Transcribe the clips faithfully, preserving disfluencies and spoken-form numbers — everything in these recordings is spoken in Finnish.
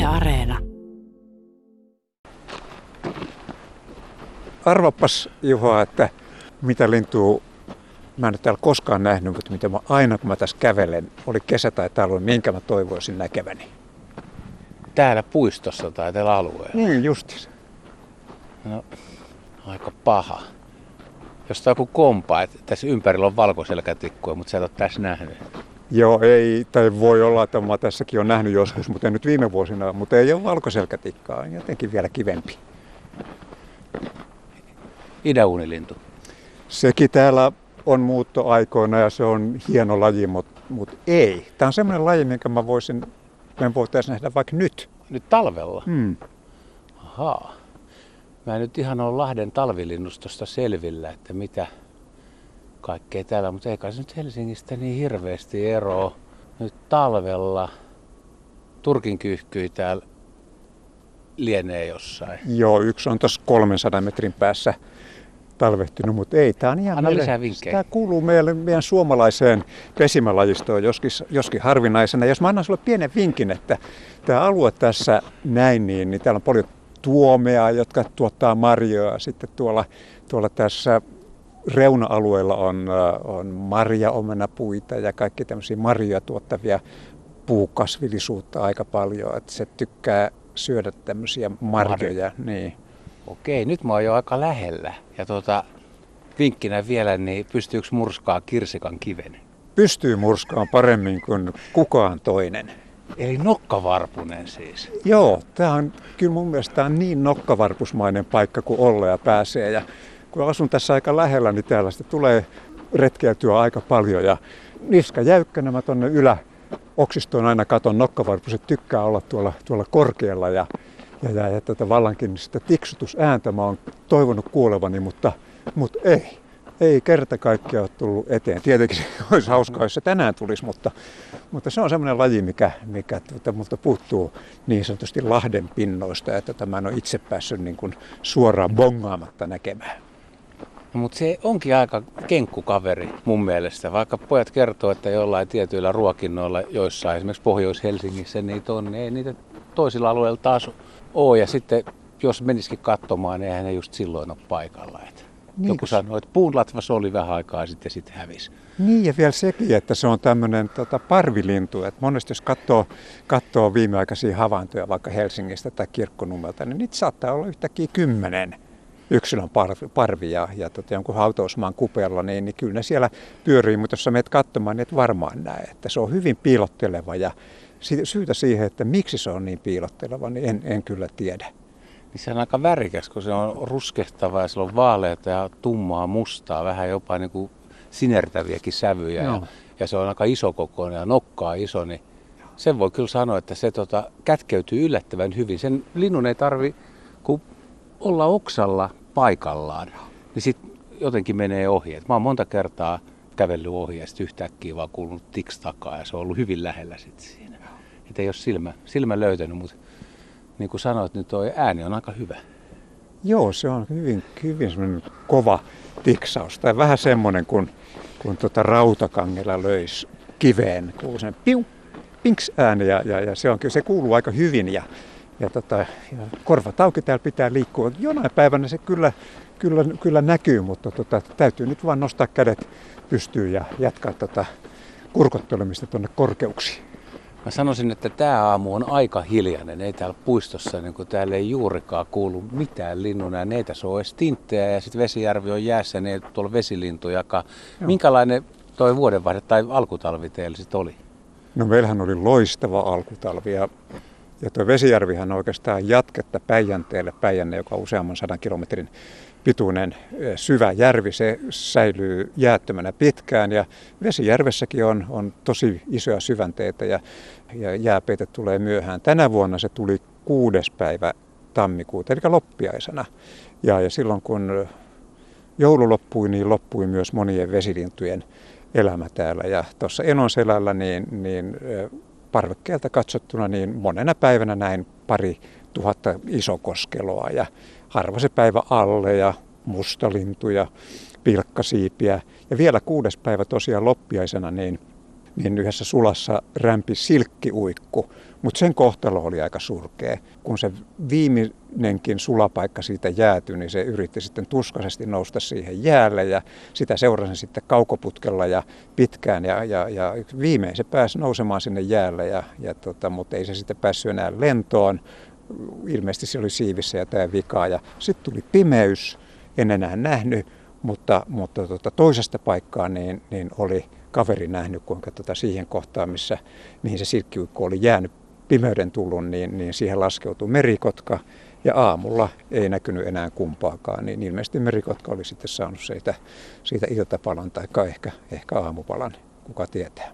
Areena. Arvapas, Juha, että mitä lintua mä en ole täällä koskaan nähnyt, mutta mitä mä aina kun mä tässä kävelen, oli kesä tai talvi, minkä mä toivoisin näkeväni. Täällä puistossa tai tällä alueella? Niin, justiinsa. No, aika paha. Jos tää on joku kompa, että tässä ympärillä on valkoselkätikkuja, mutta sä et ole tässä nähnyt. Joo, ei, tai voi olla, että mä tässäkin on nähnyt joskus, mutta en nyt viime vuosina, mutta ei ole valkoselkätikkaa, on jotenkin vielä kivempi. Idäuunilintu. Sekin täällä on muuttoaikoina ja se on hieno laji, mutta, mutta ei. Tämä on semmoinen laji, minkä mä voisin, me voitaisiin nähdä vaikka nyt. Nyt talvella? Hmm. Ahaa. Mä en nyt ihan ole Lahden talvilinnustosta selvillä, että mitä kaikkea täällä, mutta eikä se nyt Helsingistä niin hirveästi eroa. Nyt talvella turkinkyyhkyjä täällä lienee jossain. Joo, yksi on tuossa kolmensadan metrin päässä talvehtinut, mutta ei. Tämä on ihan Anna meille, lisää vinkkejä. Tämä kuuluu meille, meidän suomalaiseen pesimälajistoon, joskin, joskin harvinaisena. Jos mä annan sulle pienen vinkin, että tämä alue tässä näin, niin, niin täällä on paljon tuomea, jotka tuottaa marjoja. Sitten tuolla, tuolla tässä reuna-alueella on, on marjaomenapuita ja kaikki tämmöisiä marjoja tuottavia puukasvillisuutta aika paljon. Että se tykkää syödä tämmöisiä marjoja. Niin. Okei, nyt mä oon jo aika lähellä. Ja tuota, vinkkinä vielä, niin pystyykö murskaa kirsikan kiven? Pystyy murskaan paremmin kuin kukaan toinen. Eli nokkavarpunen siis. Joo, tämä on kyllä mun mielestä on niin nokkavarpusmainen paikka kuin olleen pääsee. Ja kun asun tässä aika lähellä, niin täällä sitä tulee retkeiltyä aika paljon. Ja niska jäykkänä mä tonne yläoksistoon aina katon nokkavarpuset tykkää olla tuolla, tuolla korkealla. Ja, ja, ja, ja tätä vallankin sitä tiksutusääntä mä oon toivonut kuulevani, mutta, mutta ei. Ei kerta kaikkiaan ole tullut eteen. Tietenkin se olisi hauskaa, jos se tänään tulisi, mutta, mutta se on semmoinen laji, mikä, mikä tuota, multa puuttuu niin sanotusti Lahden pinnoista, että tota, mä en ole itse päässyt niin kuin suoraan bongaamatta näkemään. No, mutta se onkin aika kenkkukaveri mun mielestä. Vaikka pojat kertoo, että jollain tietyillä ruokinnoilla, joissain esimerkiksi Pohjois-Helsingissä niitä on, niin ei niitä toisilla alueilla taas ole. Ja sitten jos menisikin katsomaan, niin eihän ne just silloin ole paikalla. Niin, joku sanoi, että puunlatvassa oli vähän aikaa sitten ja sitten hävisi. Niin ja vielä sekin, että se on tämmöinen tota, parvilintu. Että monesti jos katsoo, katsoo viimeaikaisia havaintoja vaikka Helsingistä tai Kirkkonummelta, niin niitä saattaa olla yhtäkkiä kymmenen yksilön parvi, parvi ja, ja tota, jonkun hautausmaan kupeella, niin, niin kyllä ne siellä pyörii. Mutta jos sä menet katsomaan, niin et varmaan näe. Että se on hyvin piilotteleva ja syytä siihen, että miksi se on niin piilotteleva, niin en, en kyllä tiedä. Niin se on aika värikäs, kun se on ruskehtava ja sillä on vaaleata ja tummaa mustaa, vähän jopa niin kuin sinertäviäkin sävyjä. Ja, ja se on aika isokokoinen ja nokkaa iso, niin sen voi kyllä sanoa, että se tota, kätkeytyy yllättävän hyvin. Sen linnun ei tarvi kun olla oksalla paikallaan, niin sitten jotenkin menee ohi. Et mä oon monta kertaa kävellyt ohi ja sitten yhtäkkiä vaan kuulunut tiks takaa ja se on ollut hyvin lähellä sitten siinä. Että ei ole silmä, silmä löytänyt, mutta niin kuin sanoit, niin tuo ääni on aika hyvä. Joo, se on hyvin, hyvin semmoinen kova tiksaus. Tai vähän semmoinen, kun, kun tuota rautakangella löisi kiveen. Kuuluu sen piu, pinks ääni ja, ja, ja se, on, se kuuluu aika hyvin. Ja, ja, tota, ja korvat auki täällä pitää liikkua. Jonain päivänä se kyllä, kyllä, kyllä näkyy, mutta tota, täytyy nyt vaan nostaa kädet pystyyn ja jatkaa tota kurkottelemista tuonne korkeuksiin. Mä sanoisin, että tämä aamu on aika hiljainen. Ei täällä puistossa, niin kun täällä ei juurikaan kuulu mitään linnun ne ei tässä ole edes tinttejä ja sitten Vesijärvi on jäässä, niin ei tuolla vesilintujakaan. Joo. Minkälainen toi vuodenvaihde tai alkutalvi teillä sitten oli? No meillähän oli loistava alkutalvi ja, ja tuo Vesijärvihän on oikeastaan jatketta Päijänteelle. Päijänne, joka on useamman sadan kilometrin pituinen syvä järvi, se säilyy jäättömänä pitkään ja Vesijärvessäkin on, on tosi isoja syvänteitä ja, ja jääpeite tulee myöhään. Tänä vuonna se tuli kuudes päivä tammikuuta, eli loppiaisena. Ja, ja silloin kun joulu loppui, niin loppui myös monien vesilintujen elämä täällä. Ja tuossa Enonselällä niin, niin parvekkeelta katsottuna niin monena päivänä näin pari tuhatta isokoskeloa ja harva se päivä alle ja mustalintuja, pilkkasiipiä. Ja vielä kuudes päivä tosiaan loppiaisena, niin niin yhdessä sulassa rämpi silkkiuikku, mutta sen kohtalo oli aika surkea. Kun se viimeinenkin sulapaikka siitä jäätyi, niin se yritti sitten tuskaisesti nousta siihen jäälle ja sitä seurasi sitten kaukoputkella ja pitkään ja, ja, ja viimein se pääsi nousemaan sinne jäälle, ja, ja tota, mutta ei se sitten päässyt enää lentoon. Ilmeisesti se oli siivissä ja tämä vika, ja sitten tuli pimeys, en enää nähnyt, mutta, mutta tota, toisesta paikkaa niin, niin oli kaveri nähnyt, kuinka tota siihen kohtaan, missä, mihin se silkkiuikku oli jäänyt pimeyden tullut, niin, niin siihen laskeutui merikotka, ja aamulla ei näkynyt enää kumpaakaan, niin ilmeisesti merikotka oli sitten saanut siitä, siitä iltapalan tai ehkä, ehkä aamupalan, kuka tietää.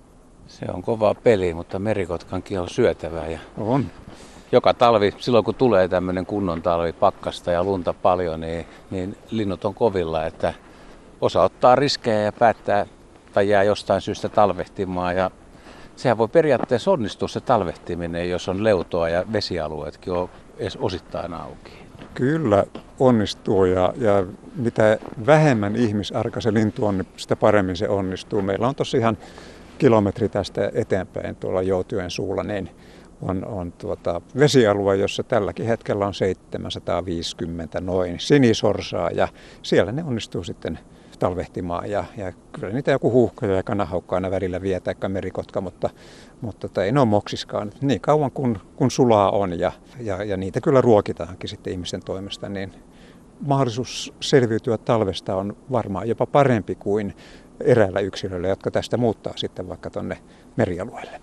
Se on kovaa peli, mutta merikotkankin on syötävää. Ja on. Joka talvi, silloin kun tulee tämmöinen kunnon talvi, pakkasta ja lunta paljon, niin, niin linnut on kovilla, että osa ottaa riskejä ja päättää tai jää jostain syystä talvehtimaan. Ja sehän voi periaatteessa onnistua se talvehtiminen, jos on leutoa ja vesialueetkin on edes osittain auki. Kyllä onnistuu, ja, ja mitä vähemmän ihmisarka se lintu on, sitä paremmin se onnistuu. Meillä on tossa ihan kilometri tästä eteenpäin tuolla Joutujen suulla, niin on, on tuota vesialue, jossa tälläkin hetkellä on seitsemänsataaviisikymmentä noin sinisorsaa, ja siellä ne onnistuu sitten talvehtimaan, ja, ja kyllä niitä joku huuhka ja kanahaukka aina välillä vie, tai merikotka, mutta, mutta tota, ei ne ole moksiskaan. Niin kauan kun, kun sulaa on, ja, ja, ja niitä kyllä ruokitaankin sitten ihmisten toimesta, niin mahdollisuus selviytyä talvesta on varmaan jopa parempi kuin eräillä yksilöillä, jotka tästä muuttaa sitten vaikka tuonne merialueelle.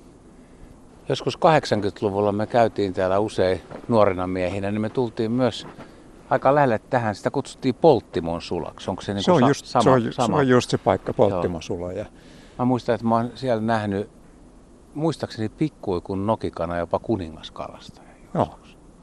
Joskus kahdeksankymmentäluvulla me käytiin täällä usein nuorina miehinä, niin me tultiin myös aika lähelle tähän. Sitä kutsuttiin Polttimon sulaksi. Onko se, niin se, on sa- just, sama, se, on, sama? se on just se paikka, Polttimon sula. Ja... Mä muistan, että mä oon siellä nähnyt, muistaakseni pikkuikun nokikana jopa kuningaskalasta. Joo.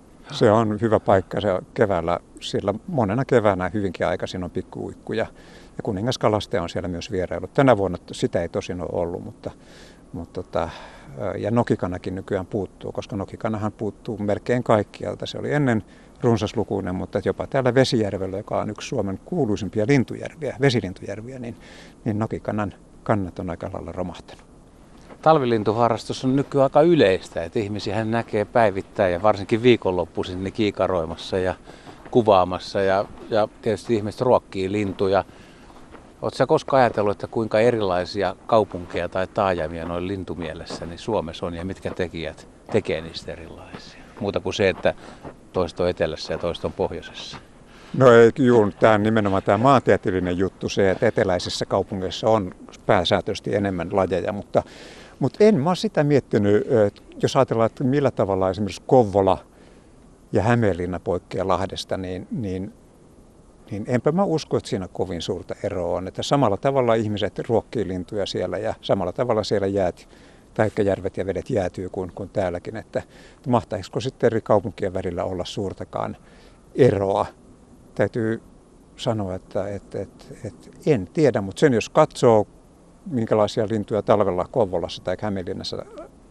Se on hyvä paikka. Se on keväällä, siellä monena keväänä hyvinkin aikaisin on pikkuuikkuja. Ja kuningaskalaste on siellä myös vierailut. Tänä vuonna sitä ei tosin ole ollut, mutta, mutta tota, ja nokikanakin nykyään puuttuu, koska nokikanahan puuttuu melkein kaikkialta. Se oli ennen runsaslukuinen, mutta jopa täällä Vesijärvellä, joka on yksi Suomen kuuluisimpia lintujärviä, vesilintujärviä, niin, niin nokikanan kannat on aika lailla romahtanut. Talvilintuharrastus on nykyään aika yleistä, että ihmisiä näkee päivittäin ja varsinkin viikonloppuisin niin kiikaroimassa ja kuvaamassa ja, ja tietysti ihmiset ruokkii lintuja. Oletko sä koskaan ajatellut, että kuinka erilaisia kaupunkeja tai taajamia noin lintumielessä niin Suomessa on ja mitkä tekijät tekee niistä erilaisia? Muuta kuin se, että toiset on etelässä ja toiset on pohjoisessa. No ei, juu, tämä on nimenomaan tämä maantieteellinen juttu, se, että eteläisissä kaupungeissa on pääsääntöisesti enemmän lajeja, mutta, mutta en mä ole sitä miettinyt, jos ajatellaan, että millä tavalla esimerkiksi Kouvola ja Hämeenlinna poikkeaa Lahdesta, niin, niin, niin enpä mä usko, että siinä kovin suurta eroa on, että samalla tavalla ihmiset ruokkii lintuja siellä ja samalla tavalla siellä jäät, tai järvet ja vedet jäätyy kuin, kuin täälläkin, että mahtaisiko sitten eri kaupunkien välillä olla suurtakaan eroa. Täytyy sanoa, että, että, että, että en tiedä, mutta sen jos katsoo, minkälaisia lintuja talvella Kouvolassa tai Hämeenlinnassa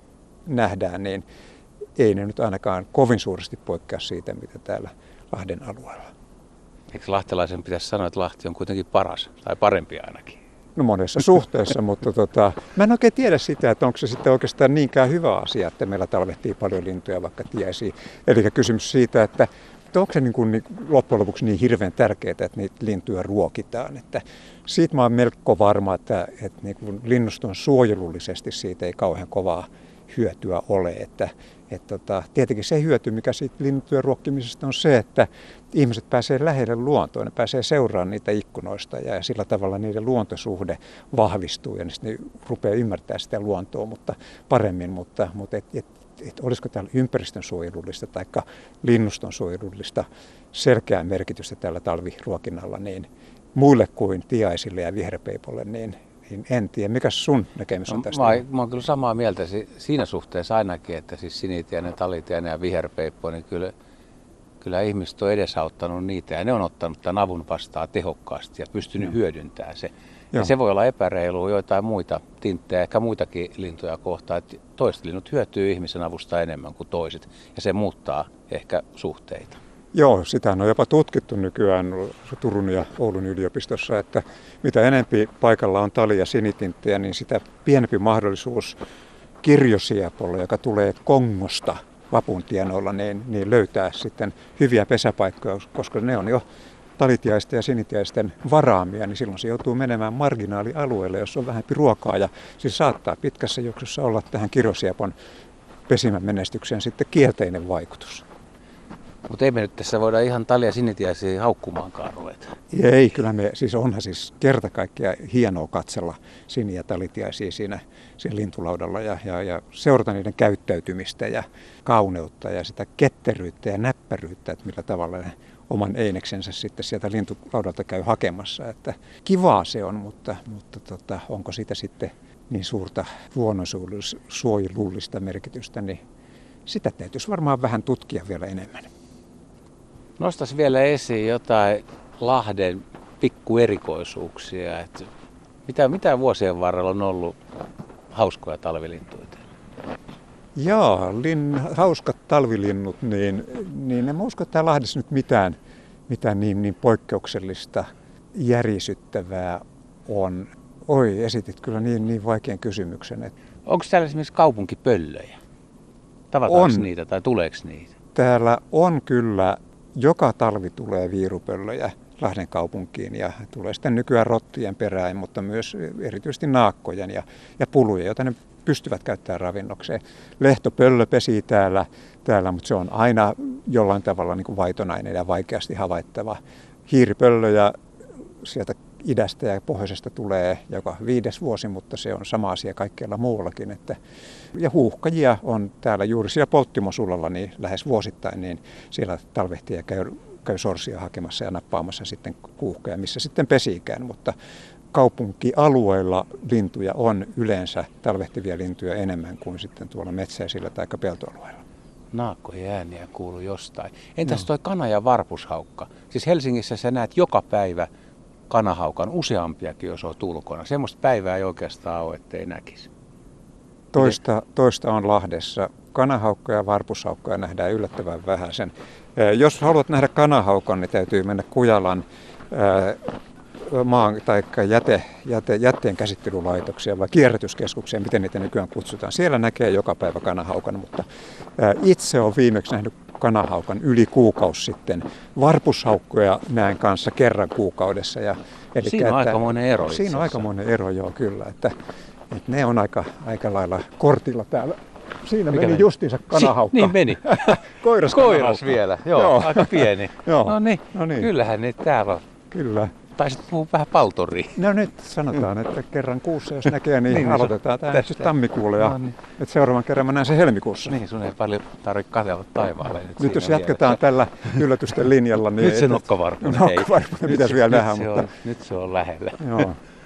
nähdään, niin ei ne nyt ainakaan kovin suuresti poikkea siitä, mitä täällä Lahden alueella. Eikö lahtelaisen pitäisi sanoa, että Lahti on kuitenkin paras, tai parempi ainakin? No monessa suhteessa, mutta tota, mä en oikein tiedä sitä, että onko se sitten oikeastaan niinkään hyvä asia, että meillä talvehtii paljon lintuja vaikka tiesi. Eli kysymys siitä, että onko se niin kuin loppujen lopuksi niin hirveän tärkeää, että niitä lintuja ruokitaan. Että siitä mä oon melko varma, että, että niin kuin linnuston suojelullisesti siitä ei kauhean kovaa hyötyä ole. Että, että tota, tietenkin se hyöty, mikä siitä lintujen ruokkimisesta on se, että ihmiset pääsee lähelle luontoon, ne pääsee seuraamaan niitä ikkunoista ja sillä tavalla niiden luontosuhde vahvistuu ja ne rupeaa ymmärtämään sitä luontoa mutta paremmin, mutta, mutta et, et, et olisiko täällä ympäristönsuojelullista tai linnustonsuojelullista selkeää merkitystä tällä talviruokinnalla niin muille kuin tiaisille ja viherpeipolle, niin niin en tiedä. Mikäs sun näkemys on tästä? No, mä, mä oon kyllä samaa mieltä siinä suhteessa ainakin, että siis sinitiainen, talitiainen ja viherpeippo, niin kyllä, kyllä ihmiset on edesauttanut niitä ja ne on ottanut tämän avun vastaan tehokkaasti ja pystynyt no. hyödyntämään se. Ja se voi olla epäreilua joitain muita tinttejä, ehkä muitakin lintuja kohtaan, että toiset linnut hyötyy ihmisen avusta enemmän kuin toiset ja se muuttaa ehkä suhteita. Joo, sitä on jopa tutkittu nykyään Turun ja Oulun yliopistossa, että mitä enempi paikalla on talia sinitinttejä, niin sitä pienempi mahdollisuus kirjosiepolle, joka tulee Kongosta vapun tienoilla, niin, niin löytää sitten hyviä pesäpaikkoja, koska ne on jo talitiaisten ja sinitiaisten varaamia, niin silloin se joutuu menemään marginaalialueelle, jos on vähempi ruokaa, ja siis saattaa pitkässä juoksussa olla tähän kirjosiepon pesimän menestykseen sitten kielteinen vaikutus. Mutta ei me nyt tässä voida ihan talia sinitiaisia haukkumaankaan ruveta. Ei, kyllä me, siis onhan siis kerta kaikkiaan hienoa katsella siniä talitiaisia siinä, siinä lintulaudalla ja, ja, ja seurata niiden käyttäytymistä ja kauneutta ja sitä ketteryyttä ja näppäryyttä, että millä tavalla ne oman eineksensä sitten sieltä lintulaudalta käy hakemassa. Että kivaa se on, mutta, mutta tota, onko siitä sitten niin suurta luonnonsuojelullista merkitystä, niin sitä täytyisi varmaan vähän tutkia vielä enemmän. Nostaisin vielä esiin jotain Lahden pikkuerikoisuuksia. Että mitä, mitä vuosien varrella on ollut hauskoja talvilintuja? Jaa, lin, hauskat talvilinnut, niin, niin en usko, että täällä Lahdessa nyt mitään, mitään niin, niin poikkeuksellista järisyttävää on. Oi, esitit kyllä niin, niin vaikean kysymyksen. Että onko täällä esimerkiksi kaupunkipöllöjä? Tavataanko niitä tai tuleeko niitä? Täällä on kyllä, joka talvi tulee viirupöllöjä Lahden kaupunkiin ja tulee sitten nykyään rottien perään, mutta myös erityisesti naakkojen ja, ja puluja, joita ne pystyvät käyttämään ravinnokseen. Lehtopöllö pesii täällä, täällä, mutta se on aina jollain tavalla niin kuin vaitonainen ja vaikeasti havaittava. Hiiripöllöjä sieltä idästä ja pohjoisesta tulee joka viides vuosi, mutta se on sama asia kaikkialla muuallakin. Että, ja huuhkajia on täällä juuri siellä Polttimosulalla niin lähes vuosittain, niin siellä talvehtia käy, käy sorsia hakemassa ja nappaamassa sitten huuhkajia, missä sitten pesiikään, mutta kaupunkialueilla lintuja on yleensä talvehtivia lintuja enemmän kuin sitten tuolla metsäisillä tai peltoalueilla. Naakkojen ääniä kuuluu jostain. Entäs no. toi kana- ja varpushaukka? Siis Helsingissä sä näet joka päivä kanahaukan, useampiakin, jos olet ulkona. Semmoista päivää ei oikeastaan ole, ettei näkisi. Toista, toista on Lahdessa. Kanahaukkoja ja varpushaukkoja nähdään yllättävän vähän. Sen, jos haluat nähdä kanahaukan, niin täytyy mennä Kujalan maan tai jäte, jäte, jätteen käsittelylaitoksia vai kierrätyskeskuksia, miten niitä nykyään kutsutaan. Siellä näkee joka päivä kanahaukan, mutta itse olen viimeksi nähnyt kanahaukan yli kuukausi sitten. Varpushaukkoja näen kanssa kerran kuukaudessa. Ja, eli siinä on aikamoinen ero. Siinä on aikamoinen ero, joo kyllä. Että, että ne on aika, aika lailla kortilla täällä. Siinä Mikä meni, meni justiinsa kanahaukka. Si- niin meni. Koiras, Koiras vielä, joo, joo. Aika pieni. Joo. No, niin. no niin, kyllähän niitä täällä on. Kyllä. Taisit puhua vähän paltoriin. No nyt sanotaan, että kerran kuussa jos näkee, niin, niin aloitetaan tämä nyt tammikuulle ja no niin. Että seuraavan kerran mä näen sen helmikuussa. Niin, sun ei paljon tarvitse katsella taivaalle. Nyt, nyt jos jatketaan vielä tällä yllätysten linjalla, niin... nyt se nokkavarpunen. Nokkavarpunen pitäisi vielä nähdä. Nyt, mutta... on, nyt se on lähellä. Joo.